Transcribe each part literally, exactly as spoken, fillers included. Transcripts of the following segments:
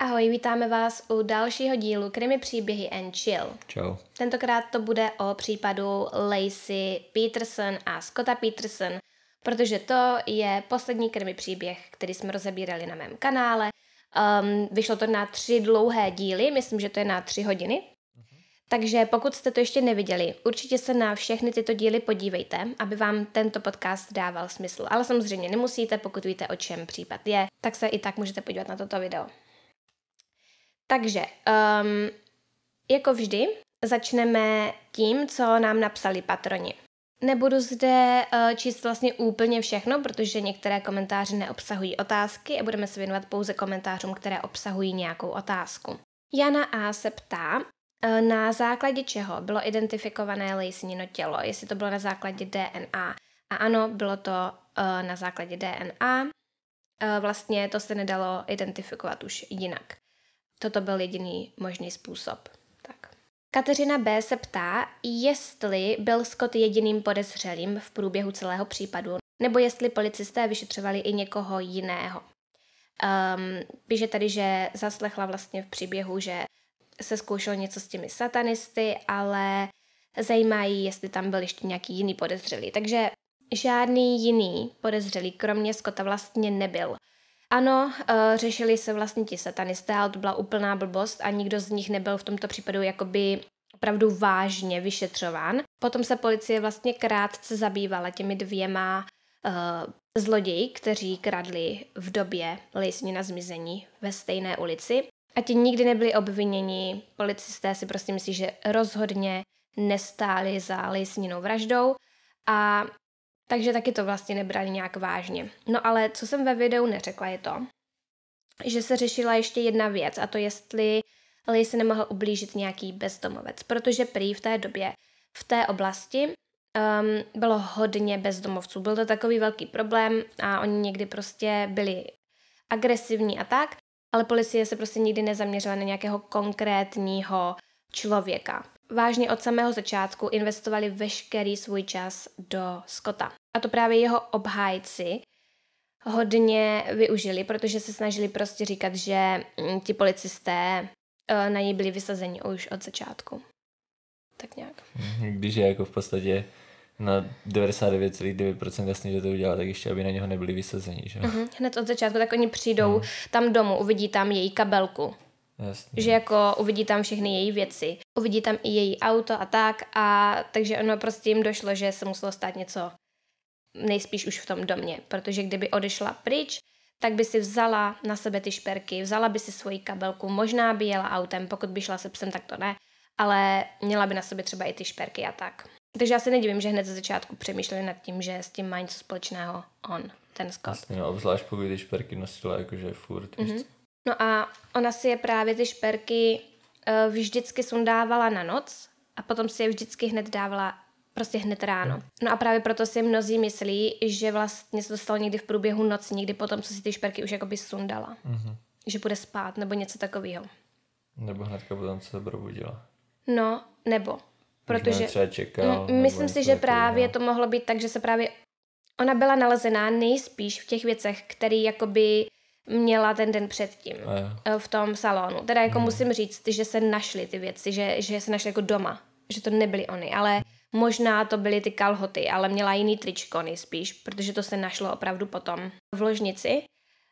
Ahoj, vítáme vás u dalšího dílu Krimi příběhy and Chill. Čau. Tentokrát to bude o případu Laci Peterson a Scotta Peterson, protože to je poslední krimi příběh, který jsme rozebírali na mém kanále. Um, vyšlo to na tři dlouhé díly, myslím, že to je na tři hodiny. Takže pokud jste to ještě neviděli, určitě se na všechny tyto díly podívejte, aby vám tento podcast dával smysl. Ale samozřejmě nemusíte, pokud víte, o čem případ je, tak se i tak můžete podívat na toto video. Takže, um, jako vždy, začneme tím, co nám napsali patroni. Nebudu zde uh, číst vlastně úplně všechno, protože některé komentáře neobsahují otázky a budeme se věnovat pouze komentářům, které obsahují nějakou otázku. Jana A. se ptá, na základě čeho bylo identifikované Lacynino tělo, jestli to bylo na základě D N A. A ano, bylo to uh, na základě D N A. Uh, vlastně to se nedalo identifikovat už jinak. Toto byl jediný možný způsob. Tak. Kateřina B. se ptá, jestli byl Scott jediným podezřelým v průběhu celého případu, nebo jestli policisté vyšetřovali i někoho jiného. Um, píše tady, že zaslechla vlastně v příběhu, že se zkoušelo něco s těmi satanisty, ale zajímají, jestli tam byl ještě nějaký jiný podezřelý. Takže žádný jiný podezřelý, kromě Scotta, vlastně nebyl. Ano, řešili se vlastně ti satanisté, ale to byla úplná blbost a nikdo z nich nebyl v tomto případu jakoby opravdu vážně vyšetřován. Potom se policie vlastně krátce zabývala těmi dvěma uh, zloději, kteří kradli v době Lacynina zmizení ve stejné ulici. A ti nikdy nebyli obviněni, policisté si prostě myslí, že rozhodně nestáli za Lacyninou vraždou a takže taky to vlastně nebrali nějak vážně. No ale co jsem ve videu neřekla je to, že se řešila ještě jedna věc a to jestli Laci nemohl ublížit nějaký bezdomovec, protože prý v té době v té oblasti um, bylo hodně bezdomovců. Byl to takový velký problém a oni někdy prostě byli agresivní a tak, ale policie se prostě nikdy nezaměřila na nějakého konkrétního člověka. Vážně od samého začátku investovali veškerý svůj čas do Scotta. A to právě jeho obhájci hodně využili, protože se snažili prostě říkat, že ti policisté na něj byli vysazeni už od začátku. Tak nějak. Když je jako v podstatě na devadesát devět celá devět procent jasný, že to udělá, tak ještě, aby na něho nebyli vysazeni, že? Uh-huh. Hned od začátku, tak oni přijdou uh-huh. tam domů, uvidí tam její kabelku. Jasně. Že jako uvidí tam všechny její věci. Uvidí tam i její auto a tak a takže ono prostě jim došlo, že se muselo stát něco nejspíš už v tom domě, protože kdyby odešla pryč, tak by si vzala na sebe ty šperky, vzala by si svoji kabelku, možná by jela autem, pokud by šla se psem, tak to ne, ale měla by na sobě třeba i ty šperky a tak. Takže já se nedivím, že hned ze začátku přemýšleli nad tím, že s tím má něco společného on, ten Scott. Jasně, no, obzvlášť pokud ty šperky nosila jakože furt. Mm-hmm. No a ona si je právě ty šperky uh, vždycky sundávala na noc a potom si je vždycky hned dávala prostě hned ráno. No a právě proto si mnozí myslí, že vlastně se to stalo někdy v průběhu noci, někdy potom, co si ty šperky už jakoby sundala. Mm-hmm. Že bude spát nebo něco takového. Nebo hnedka potom se probudila. No, nebo. Protože třeba čekal, m- myslím si, že právě no. to mohlo být tak, že se právě ona byla nalezená nejspíš v těch věcech, který jakoby měla ten den předtím v tom salonu. Teda jako hmm. musím říct, že se našly ty věci, že, že se našly jako doma, že to nebyly ony, ale možná to byly ty kalhoty, ale měla jiný tričko nejspíš, protože to se našlo opravdu potom v ložnici.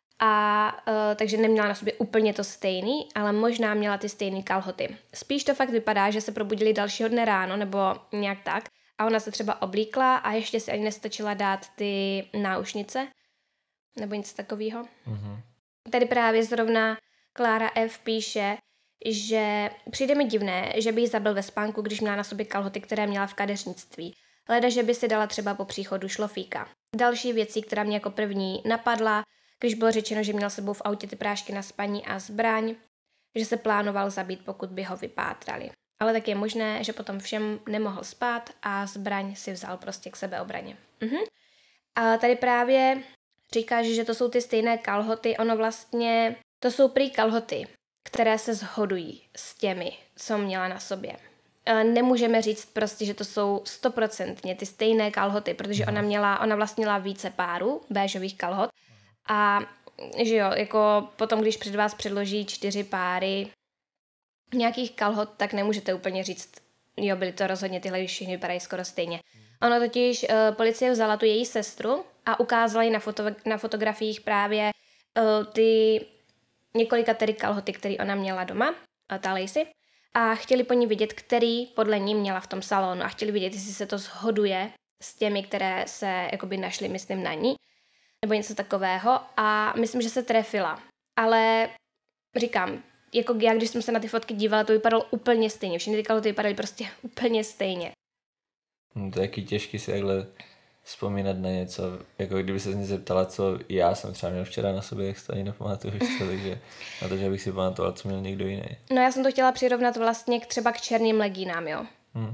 A uh, takže neměla na sobě úplně to stejný, ale možná měla ty stejné kalhoty. Spíš to fakt vypadá, že se probudili dalšího dne ráno, nebo nějak tak, a ona se třeba oblíkla a ještě si ani nestačila dát ty náušnice, nebo něco takového. Mm-hmm. Tady právě zrovna Klára F. píše, že přijde mi divné, že by ji zabil ve spánku, když měla na sobě kalhoty, které měla v kadeřnictví. Leda, že by si dala třeba po příchodu šlofíka. Další věcí, která mě jako první napadla, když bylo řečeno, že měl sebou v autě ty prášky na spaní a zbraň, že se plánoval zabít, pokud by ho vypátrali. Ale tak je možné, že potom všem nemohl spát a zbraň si vzal prostě k sebeobraně. Mhm. A tady právě říká, že to jsou ty stejné kalhoty, ono vlastně, to jsou prý kalhoty, které se shodují s těmi, co měla na sobě. Nemůžeme říct prostě, že to jsou stoprocentně ty stejné kalhoty, protože ona měla, ona vlastně měla více párů béžových kalhot a že jo, jako potom, když před vás předloží čtyři páry nějakých kalhot, tak nemůžete úplně říct, jo, byly to rozhodně tyhle, když všichni vypadají skoro stejně. Ono totiž, uh, policie vzala tu její sestru a ukázala jí na, foto- na fotografiích právě uh, ty několika tedy kalhoty, které ona měla doma, uh, ta Lacey, a chtěli po ní vidět, který podle ní měla v tom salonu a chtěli vidět, jestli se to shoduje s těmi, které se jakoby našly, myslím, na ní, nebo něco takového, a myslím, že se trefila. Ale říkám, jako já, když jsem se na ty fotky dívala, to vypadalo úplně stejně. Všechny ty kalhoty vypadaly prostě úplně stejně. No, to je jaký těžký si takhle vzpomínat na něco, jako kdyby se mě zeptala, co já jsem třeba měl včera na sobě, jak si to ani nepamatuješ, co, takže na to, že bych si pamatoval, co měl někdo jiný. No já jsem to chtěla přirovnat vlastně k třeba k černým legínám, jo. Hmm.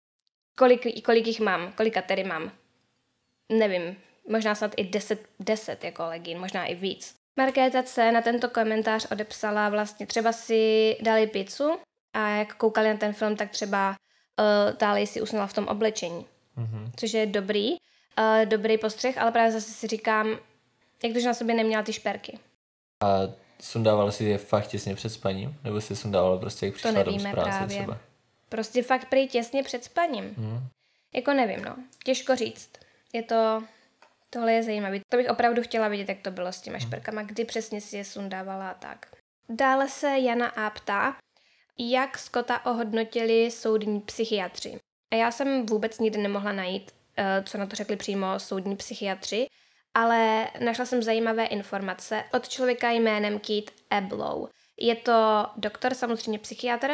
Kolik, kolik jich mám, kolika tedy mám, nevím, možná snad i deset, deset jako legín, možná i víc. Markéta C. na tento komentář odepsala vlastně, třeba si dali pizzu a jak koukali na ten film, tak třeba uh, ta Lacey usnula v tom oblečení, mm-hmm. což je dobrý, uh, dobrý postřeh, ale právě zase si říkám, jak to, že na sobě neměla ty šperky. A sundávala si je fakt těsně před spaním? Nebo si sundávala prostě, jak přišla domů z práce právě. Třeba? Prostě fakt prý těsně před spaním. Mm. Jako nevím, no. Těžko říct. Je to... Tohle je zajímavé. To bych opravdu chtěla vidět, jak to bylo s těma šperkama, kdy přesně si je sundávala a tak. Dále se Jana A. ptá, jak Scotta ohodnotili soudní psychiatři. A já jsem vůbec nikdy nemohla najít, co na to řekli přímo soudní psychiatři, ale našla jsem zajímavé informace od člověka jménem Keith Eblow. Je to doktor, samozřejmě psychiatr,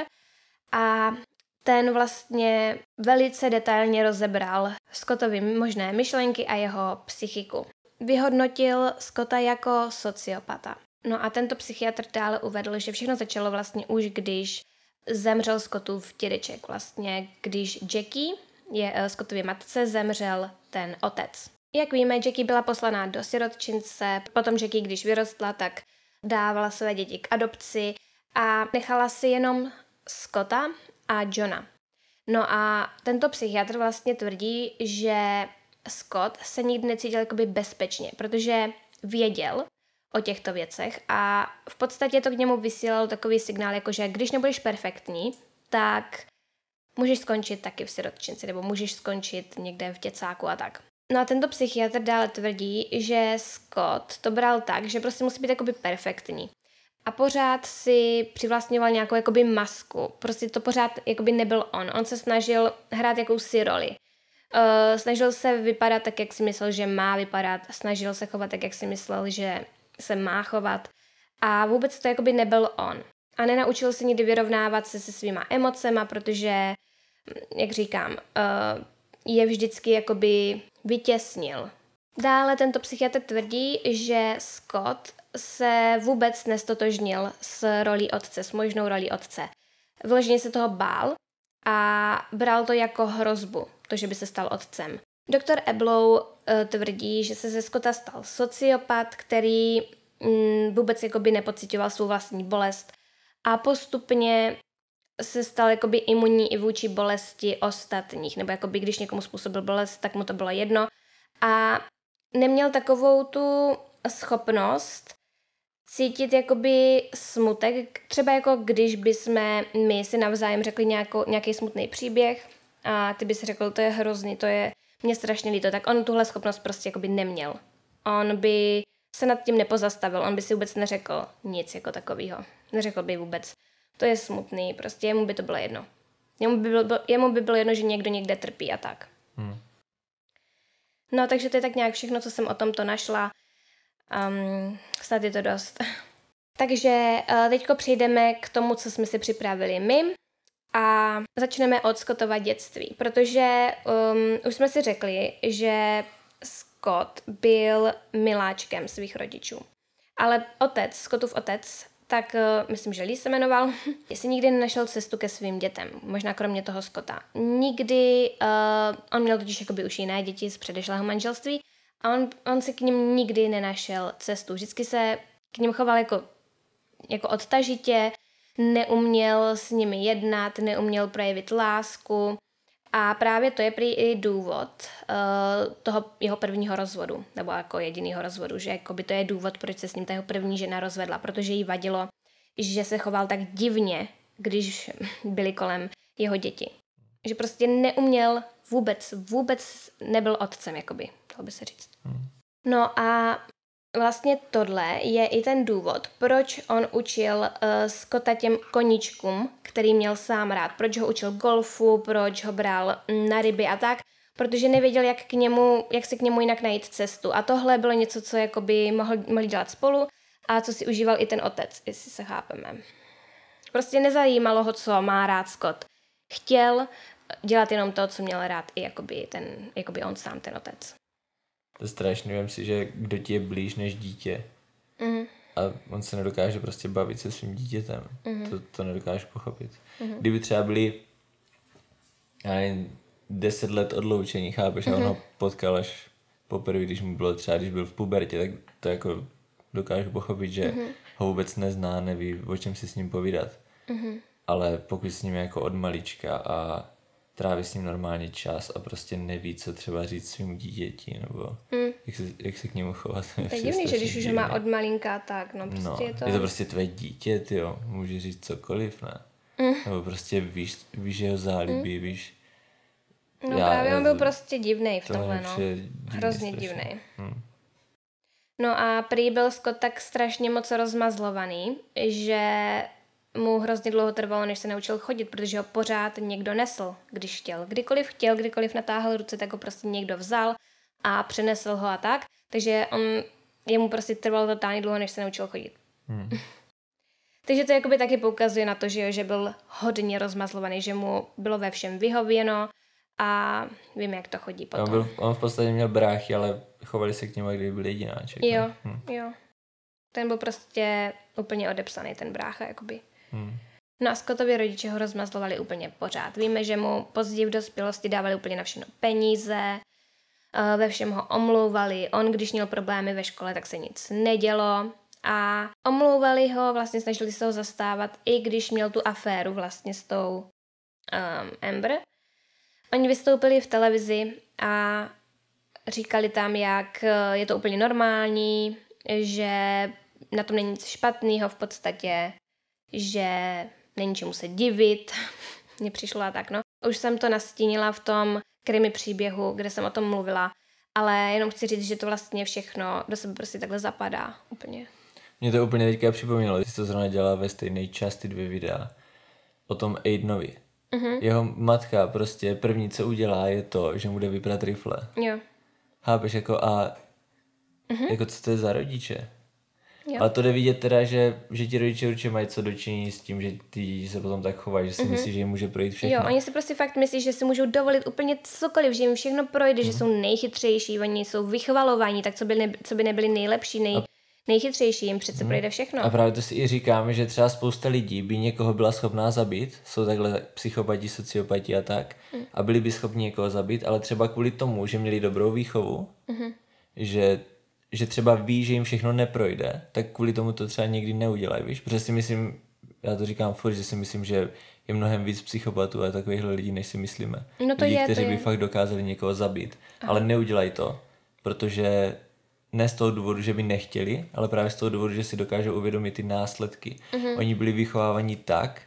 a ten vlastně velice detailně rozebral Scottovi možné myšlenky a jeho psychiku. Vyhodnotil Scotta jako sociopata. No a tento psychiatr dále uvedl, že všechno začalo vlastně už, když zemřel Scottův dědeček. Vlastně, když Jackie, je Scottově matce, zemřel ten otec. Jak víme, Jackie byla poslaná do sirotčince, potom Jackie, když vyrostla, tak dávala své děti k adopci a nechala si jenom Scotta a Johna. No a tento psychiatr vlastně tvrdí, že Scott se nikdy necítil jakoby bezpečně, protože věděl o těchto věcech a v podstatě to k němu vysílalo takový signál, jako že když nebudeš perfektní, tak můžeš skončit taky v sirotčinci nebo můžeš skončit někde v děcáku a tak. No a tento psychiatr dále tvrdí, že Scott to bral tak, že prostě musí být jakoby perfektní. A pořád si přivlastňoval nějakou jakoby masku. Prostě to pořád jakoby nebyl on. On se snažil hrát jakousi roli. Uh, snažil se vypadat tak, jak si myslel, že má vypadat. Snažil se chovat tak, jak si myslel, že se má chovat. A vůbec to jakoby nebyl on. A nenaučil se nikdy vyrovnávat se se svýma emocema, protože, jak říkám, uh, je vždycky jakoby vytěsnil. Dále tento psychiatr tvrdí, že Scott se vůbec nestotožnil s rolí otce, s možnou rolí otce. Vyloženě se toho bál a bral to jako hrozbu, to, že by se stal otcem. Doktor Eblow uh, tvrdí, že se ze Scotta stal sociopat, který mm, vůbec jakoby nepocitoval svou vlastní bolest a postupně se stal jakoby imunní i vůči bolesti ostatních, nebo jakoby když někomu způsobil bolest, tak mu to bylo jedno a neměl takovou tu schopnost cítit jakoby smutek, třeba jako když bychom my si navzájem řekli nějakou, nějaký smutný příběh a ty bys řekl, to je hrozný, to je mě strašně líto, tak on tuhle schopnost prostě jakoby neměl. On by se nad tím nepozastavil, on by si vůbec neřekl nic jako takového. Neřekl by vůbec, to je smutný, prostě jemu by to bylo jedno. Jemu by bylo, jemu by bylo jedno, že někdo někde trpí a tak. Hmm. No, takže to je tak nějak všechno, co jsem o tomto našla. Um, snad je to dost. Takže uh, teďko přejdeme k tomu, co jsme si připravili my a začneme od Scottova dětství, protože um, už jsme si řekli, že Scott byl miláčkem svých rodičů. Ale otec, Scottův otec, tak uh, myslím, že Lee se jmenoval, si nikdy nenašel cestu ke svým dětem, možná kromě toho Scotta. Nikdy, uh, on měl totiž jakoby už jiné děti z předešlého manželství a on, on si k nim nikdy nenašel cestu. Vždycky se k nim choval jako, jako odtažitě, neuměl s nimi jednat, neuměl projevit lásku A právě to je prý i důvod uh, toho jeho prvního rozvodu, nebo jako jedinýho rozvodu, že jakoby to je důvod, proč se s ním ta jeho první žena rozvedla, protože jí vadilo, že se choval tak divně, když byli kolem jeho děti. Že prostě neuměl vůbec, vůbec nebyl otcem, jakoby, dalo by se říct. No a vlastně tohle je i ten důvod, proč on učil uh, Scotta těm koníčkům, který měl sám rád. Proč ho učil golfu, proč ho bral na ryby a tak, protože nevěděl, jak, k němu, jak si k němu jinak najít cestu. A tohle bylo něco, co jakoby mohl, mohli dělat spolu a co si užíval i ten otec, jestli se chápeme. Prostě nezajímalo ho, co má rád Scott. Chtěl dělat jenom to, co měl rád i jakoby, ten, jakoby on sám, ten otec. To je strašný, vem si, že kdo ti je blíž než dítě. Mm. A on se nedokáže prostě bavit se svým dítětem. Mm. To, to nedokážu pochopit. Mm. Kdyby třeba byli já nevím, deset let odloučení, chápeš, mm. a on ho potkal až poprvé, když mu bylo třeba, když byl v pubertě, tak to jako dokážu pochopit, že mm. ho vůbec nezná, neví, o čem si s ním povídat. Mm. Ale pokud s ním je jako od malička a tráví s ním normálně čas a prostě neví, co třeba říct svým dítěti, nebo mm. jak, se, jak se k němu chovat. To je divný, že když už ho má od malinka, tak no prostě no, je to... je to prostě tvé dítě, tyjo, může říct cokoliv, ne? Mm. Nebo prostě víš, víš jeho zálibí, mm. víš... No já, právě on byl prostě divnej v tomhle, no. Hrozně divnej. Hmm. No a prý byl Scott tak strašně moc rozmazlovaný, že mu hrozně dlouho trvalo, než se naučil chodit, protože ho pořád někdo nesl, když chtěl. Kdykoliv chtěl, kdykoliv natáhl ruce, tak ho prostě někdo vzal a přenesl ho a tak. Takže on, jemu prostě trvalo totálně dlouho, než se naučil chodit. Hmm. Takže to jakoby taky poukazuje na to, že, že byl hodně rozmazlovaný, že mu bylo ve všem vyhověno a víme, jak to chodí potom. On, byl, on v podstatě měl bráchy, ale chovali se k němu, kdyby byl jedináček. Jo, hm. jo. Ten byl prostě úplně odepsaný, ten brácha, jakoby. Hmm. No a Scottovi rodiče ho rozmazlovali úplně pořád. Víme, že mu později v dospělosti dávali úplně na všechno peníze, ve všem ho omlouvali. On, když měl problémy ve škole, tak se nic nedělo. A omlouvali ho, vlastně snažili se ho zastávat, i když měl tu aféru vlastně s tou um, Amber. Oni vystoupili v televizi a říkali tam, jak je to úplně normální, že na tom není nic špatného v podstatě, že není čemu se divit. Mně přišlo a tak, no. Už jsem to nastínila v tom krimi příběhu, kde jsem o tom mluvila, ale jenom chci říct, že to vlastně všechno do sebe prostě takhle zapadá úplně. Mě to úplně teďka připomnělo, že jsi to zrovna dělala ve stejné části dvě videa o tom Aidenovi. Uh-huh. Jeho matka prostě první, co udělá, je to, že mu jde vyprat rifle. Jo. Chápeš, jako a uh-huh. jako co to je za rodiče? Jo. Ale to jde vidět teda, že, že ti rodiče určitě mají co dočinit s tím, že ty děti se potom tak chovají, že si uh-huh. myslí, že jim může projít všechno. Jo, oni si prostě fakt myslí, že si můžou dovolit úplně cokoliv, že jim všechno projde, uh-huh. že jsou nejchytřejší, oni jsou vychvalovaní, tak co by, ne, co by nebyli nejlepší, nej... A nejchytřejší, jim přece projde všechno. A právě to si i říkáme, že třeba spousta lidí by někoho byla schopná zabít, jsou takhle psychopati, sociopati a tak, mm. a byli by schopni někoho zabít, ale třeba kvůli tomu, že měli dobrou výchovu, mm-hmm. že, že třeba ví, že jim všechno neprojde, tak kvůli tomu to třeba někdy neudělají, víš? Protože si myslím, já to říkám furt, že si myslím, že je mnohem víc psychopatů a takovýchhle lidí, než si myslíme. No to Lidi, je, kteří to by je. fakt dokázali někoho zabít, Aha. ale neudělají to, protože ne z toho důvodu, že by nechtěli, ale právě z toho důvodu, že si dokážou uvědomit ty následky. Uh-huh. Oni byli vychovávaní tak,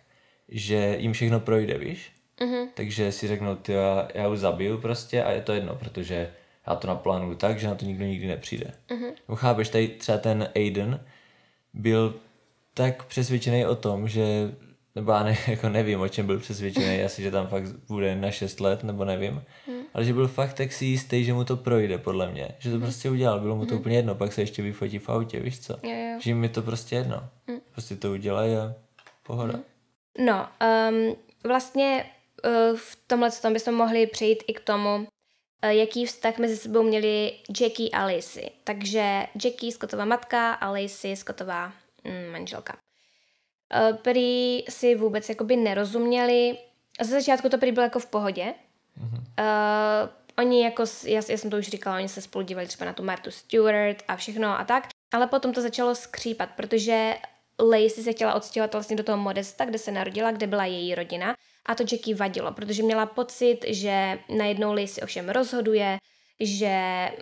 že jim všechno projde, víš? Uh-huh. Takže si řeknou, ty já, já ho zabiju prostě a je to jedno, protože já to naplánuju tak, že na to nikdo nikdy nepřijde. Uh-huh. Chápeš, tady třeba ten Aiden byl tak přesvědčený o tom, že nebo já ne, jako nevím, o čem byl přesvědčený, asi, že tam fakt bude na šest let, nebo nevím, hmm. ale že byl fakt tak si jistý, že mu to projde, podle mě, že to prostě udělal, bylo mu to hmm. úplně jedno, pak se ještě vyfotí v autě, víš co, jo, jo. že mi to prostě jedno, hmm. prostě to udělají a pohoda. Hmm. No, um, vlastně uh, v tomhle tom bychom mohli přejít i k tomu, uh, jaký vztah mezi sebou měli Jackie a Lacey. Takže Jackie, Scottová matka, a Lacey, Scottová mm, manželka. Uh, prý si vůbec jakoby nerozuměli. Ze začátku to prý bylo jako v pohodě. Mm-hmm. Uh, oni jako, já, já jsem to už říkala, oni se spolu dívali třeba na tu Marthu Stewart a všechno a tak, ale potom to začalo skřípat, protože Lacey se chtěla odstěhovat vlastně do toho Modesta, kde se narodila, kde byla její rodina, A to Jackie vadilo, protože měla pocit, že najednou Lacey o všem rozhoduje, že,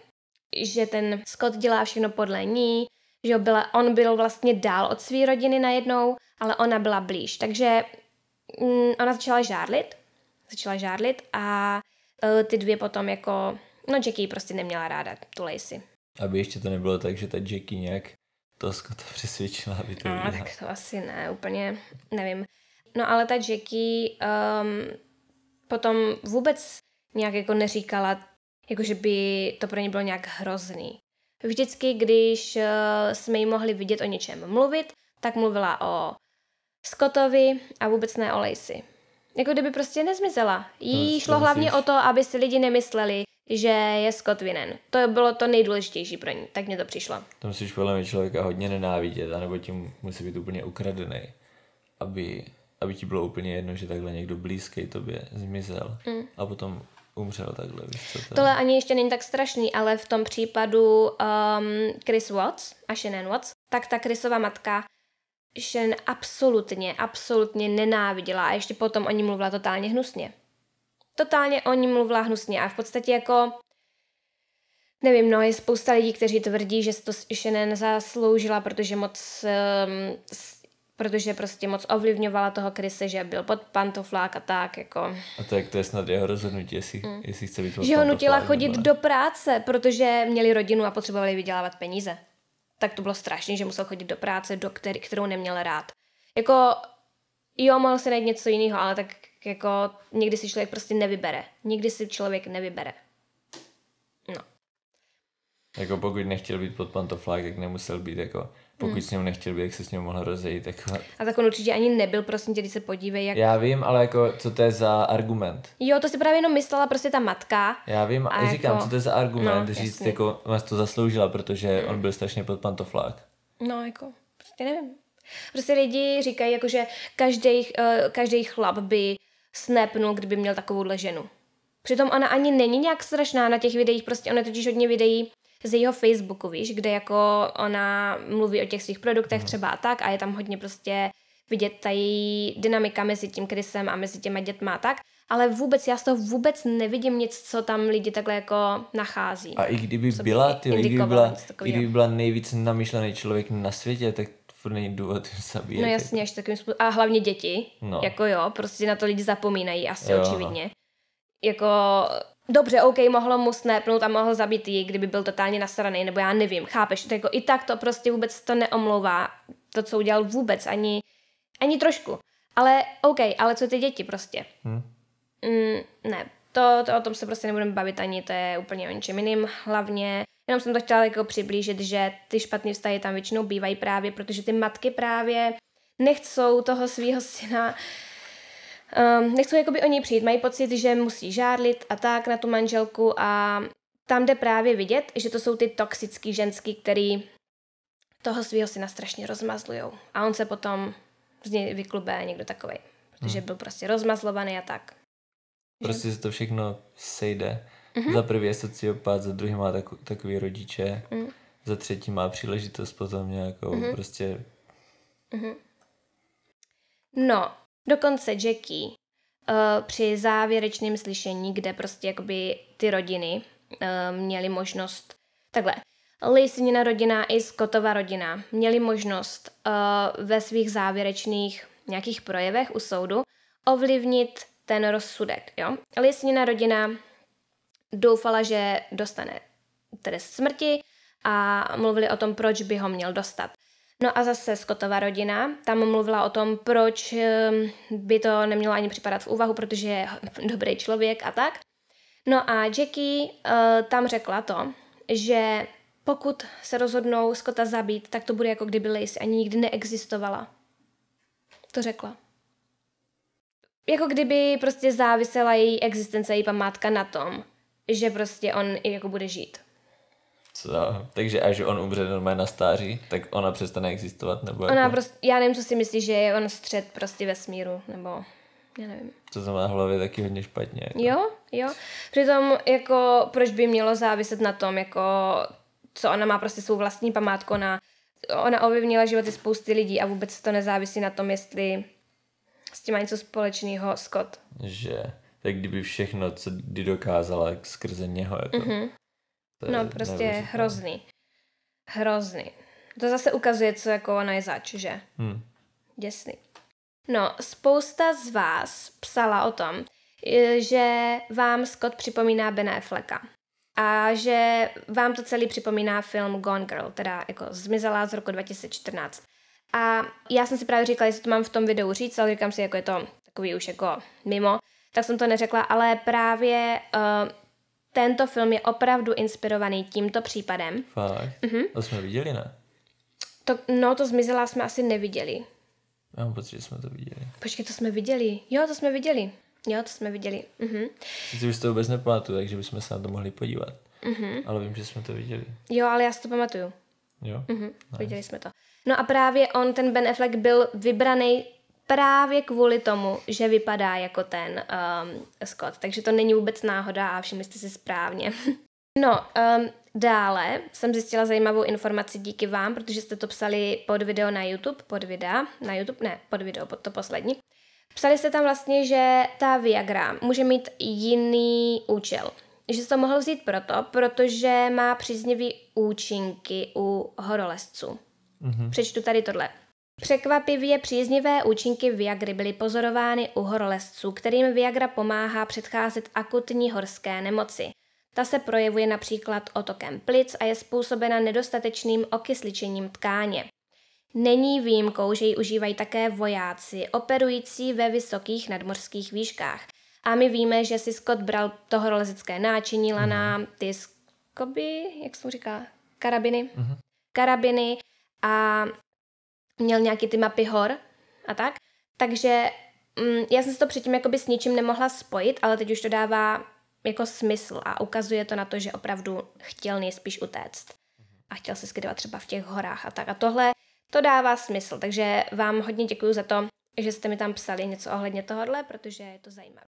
že ten Scott dělá všechno podle ní, že byla, on byl vlastně dál od své rodiny najednou, ale ona byla blíž. Takže mm, ona začala žárlit, začala žárlit a uh, ty dvě potom jako, no Jackie prostě neměla ráda, tu Lacey. Aby ještě to nebylo tak, že ta Jackie nějak toho Scotta přesvědčila, aby to No, tak to asi ne, úplně nevím. No ale ta Jackie um, potom vůbec nějak jako neříkala, jako že by to pro ně bylo nějak hrozný. Vždycky, když uh, jsme jí mohli vidět o něčem mluvit, tak mluvila o Scottovi a vůbec ne o Lacey. Jako kdyby prostě nezmizela. Jí to šlo myslíš? hlavně o to, aby si lidi nemysleli, že je Scott vinen. To bylo to nejdůležitější pro ní, tak mně to přišlo. To musíš podle mě člověka hodně nenávidět, anebo tím musí být úplně ukradený, aby, aby ti bylo úplně jedno, že takhle někdo blízký tobě zmizel mm. a potom umřel takhle. Víš, co to Tohle ani ještě není tak strašný, ale v tom případu um, Chris Watts a Shannon Watts, tak ta Chrisova matka Shannon absolutně, absolutně nenáviděla a ještě potom o ní mluvila totálně hnusně. Totálně o ní mluvila hnusně a v podstatě jako, nevím, no, je spousta lidí, kteří tvrdí, že si to Shannon zasloužila, protože moc, um, s, protože prostě moc ovlivňovala toho Chrise, že byl pod pantoflák a tak, jako. A to, jak to je snad jeho rozhodnutí, jestli, mm. jestli chce být pod že ho nutila chodit nebo... do práce, protože měli rodinu a potřebovali vydělávat peníze. Tak to bylo strašné, že musel chodit do práce, do který, kterou neměl rád. Jako, jo, mohl si najít něco jiného, ale tak jako někdy si člověk prostě nevybere. Nikdy si člověk nevybere. No. Jako pokud nechtěl být pod pantoflák, tak nemusel být jako, pokud hmm. s ním nechtěl být, jak se s ním mohl rozejít. Jako... A tak on určitě ani nebyl, prosím tě, když se podívej, jak... Já vím, ale jako, co to je za argument? Jo, to si právě jenom myslela prostě ta matka. Já vím, a říkám, jako... co to je za argument, no, říct, jako, vás to zasloužila, protože hmm. on byl strašně pod pantoflák. No, jako, prostě nevím. Prostě lidi říkají, jako, že každý, uh, každý chlap by snapnul, kdyby měl takovouhle ženu. Přitom ona ani není nějak strašná na těch videích, prostě ona totiž hodně videí z jejího Facebooku, víš, kde jako ona mluví o těch svých produktech třeba a tak a je tam hodně prostě vidět ta její dynamika mezi tím Chrisem a mezi těma dětma a tak, ale vůbec, já z toho vůbec nevidím nic, co tam lidi takhle jako nachází. A i kdyby byla, tyjo, i kdyby byla, i kdyby byla nejvíc namyšlený člověk na světě, tak furt není důvod zabíjet. No jasně, až takovým způsobem. A hlavně děti, no. jako jo, prostě na to lidi zapomínají, asi jo. očividně. Jako, dobře, OK, mohlo mu snapnout a mohl zabít jí, kdyby byl totálně nasraný, nebo já nevím, chápeš, to jako i tak to prostě vůbec to neomlouvá, to, co udělal vůbec, ani, ani trošku. Ale OK, ale co ty děti prostě? Hmm. Mm, ne, to, to o tom se prostě nebudeme bavit ani, to je úplně o něčem jiným, hlavně, jenom jsem to chtěla jako přiblížit, že ty špatný vztahy tam většinou bývají právě, protože ty matky právě nechcou toho svého syna, Um, nechcou jakoby o něj přijít, mají pocit, že musí žárlit a tak na tu manželku a tam jde právě vidět, že to jsou ty toxický ženský, který toho svého syna strašně rozmazlujou a on se potom z něj vyklube někdo takovej, protože hmm. byl prostě rozmazlovaný a tak. Prostě že? se to všechno sejde. Mm-hmm. Za prvý je sociopat, za druhý má tak, takový rodiče, mm. za třetí má příležitost potom nějakou mm-hmm. prostě... Mm-hmm. No, dokonce Jackie uh, při závěrečném slyšení, kde prostě jakoby ty rodiny uh, měly možnost, takhle, Laceyna rodina i Scottova rodina měli možnost uh, ve svých závěrečných nějakých projevech u soudu ovlivnit ten rozsudek, jo. Laceyna rodina doufala, že dostane trest smrti a mluvili o tom, proč by ho měl dostat. No a zase Scottova rodina, tam mluvila o tom, proč by to nemělo ani připadat v úvahu, protože je dobrý člověk a tak. No a Jackie uh, tam řekla to, že pokud se rozhodnou Scotta zabít, tak to bude jako kdyby Lacey ani nikdy neexistovala. To řekla. Jako kdyby prostě závisela její existence, její památka na tom, že prostě on jako bude žít. Co? Takže až on umře normálně na stáří, tak ona přestane existovat, nebo Ona jako... prostě, já nevím, co si myslí, že je on střed prostě vesmíru, nebo já nevím. To to má v hlavě taky hodně špatně. Jako. Jo, jo. Přitom jako proč by mělo záviset na tom, jako co ona má prostě svou vlastní památku, ona, ona ovlivnila životy spousty lidí a vůbec to nezávisí na tom, jestli s tím má něco společného Scott. Že, tak kdyby všechno, co kdy dokázala skrze něho, jako. Mm-hmm. No prostě hrozný. Hrozný. To zase ukazuje, co jako ona je zač, že? Hmm. Děsný. No, spousta z vás psala o tom, že vám Scott připomíná Bena Afflecka. A že vám to celý připomíná film Gone Girl, teda jako Zmizela z roku dva tisíce čtrnáct. A já jsem si právě říkala, jestli to mám v tom videu říct, ale říkám si, jako je to takový už jako mimo, tak jsem to neřekla, ale právě uh, tento film je opravdu inspirovaný tímto případem. Fakt? Mhm. To jsme viděli, ne? To, no, to Zmizela jsme asi neviděli. Já mám pocit, že jsme to viděli. Počkej, to jsme viděli. Jo, to jsme viděli. Jo, to jsme viděli. Mhm. Sice už to vůbec nepamatuju, takže bychom se na to mohli podívat. Mhm. Ale vím, že jsme to viděli. Jo, ale já si to pamatuju. Jo? Mhm. Nice. Viděli jsme to. No a právě on, ten Ben Affleck, byl vybraný právě kvůli tomu, že vypadá jako ten um, Scott. Takže to není vůbec náhoda a všimli jste si správně. No, um, dále jsem zjistila zajímavou informaci díky vám, protože jste to psali pod video na YouTube, pod videa, na YouTube, ne, pod video, pod to poslední. Psali jste tam vlastně, že ta Viagra může mít jiný účel. Že se to mohl vzít proto, protože má příznivý účinky u horolezců. Mm-hmm. Přečtu tady tohle. Překvapivě příznivé účinky Viagry byly pozorovány u horolezců, kterým Viagra pomáhá předcházet akutní horské nemoci. Ta se projevuje například otokem plic a je způsobena nedostatečným okysličením tkáně. Není výjimkou, že ji užívají také vojáci operující ve vysokých nadmořských výškách. A my víme, že si Scott bral to horolezecké náčiní, lana, ty skoby, jak se mu říká, karabiny, Mhm. karabiny a měl nějaký ty mapy hor a tak. Takže mm, já jsem si to předtím jakoby s ničím nemohla spojit, ale teď už to dává jako smysl a ukazuje to na to, že opravdu chtěl nejspíš utéct. A chtěl se skytovat třeba v těch horách a tak. A tohle, to dává smysl, takže vám hodně děkuju za to, že jste mi tam psali něco ohledně tohohle, protože je to zajímavé.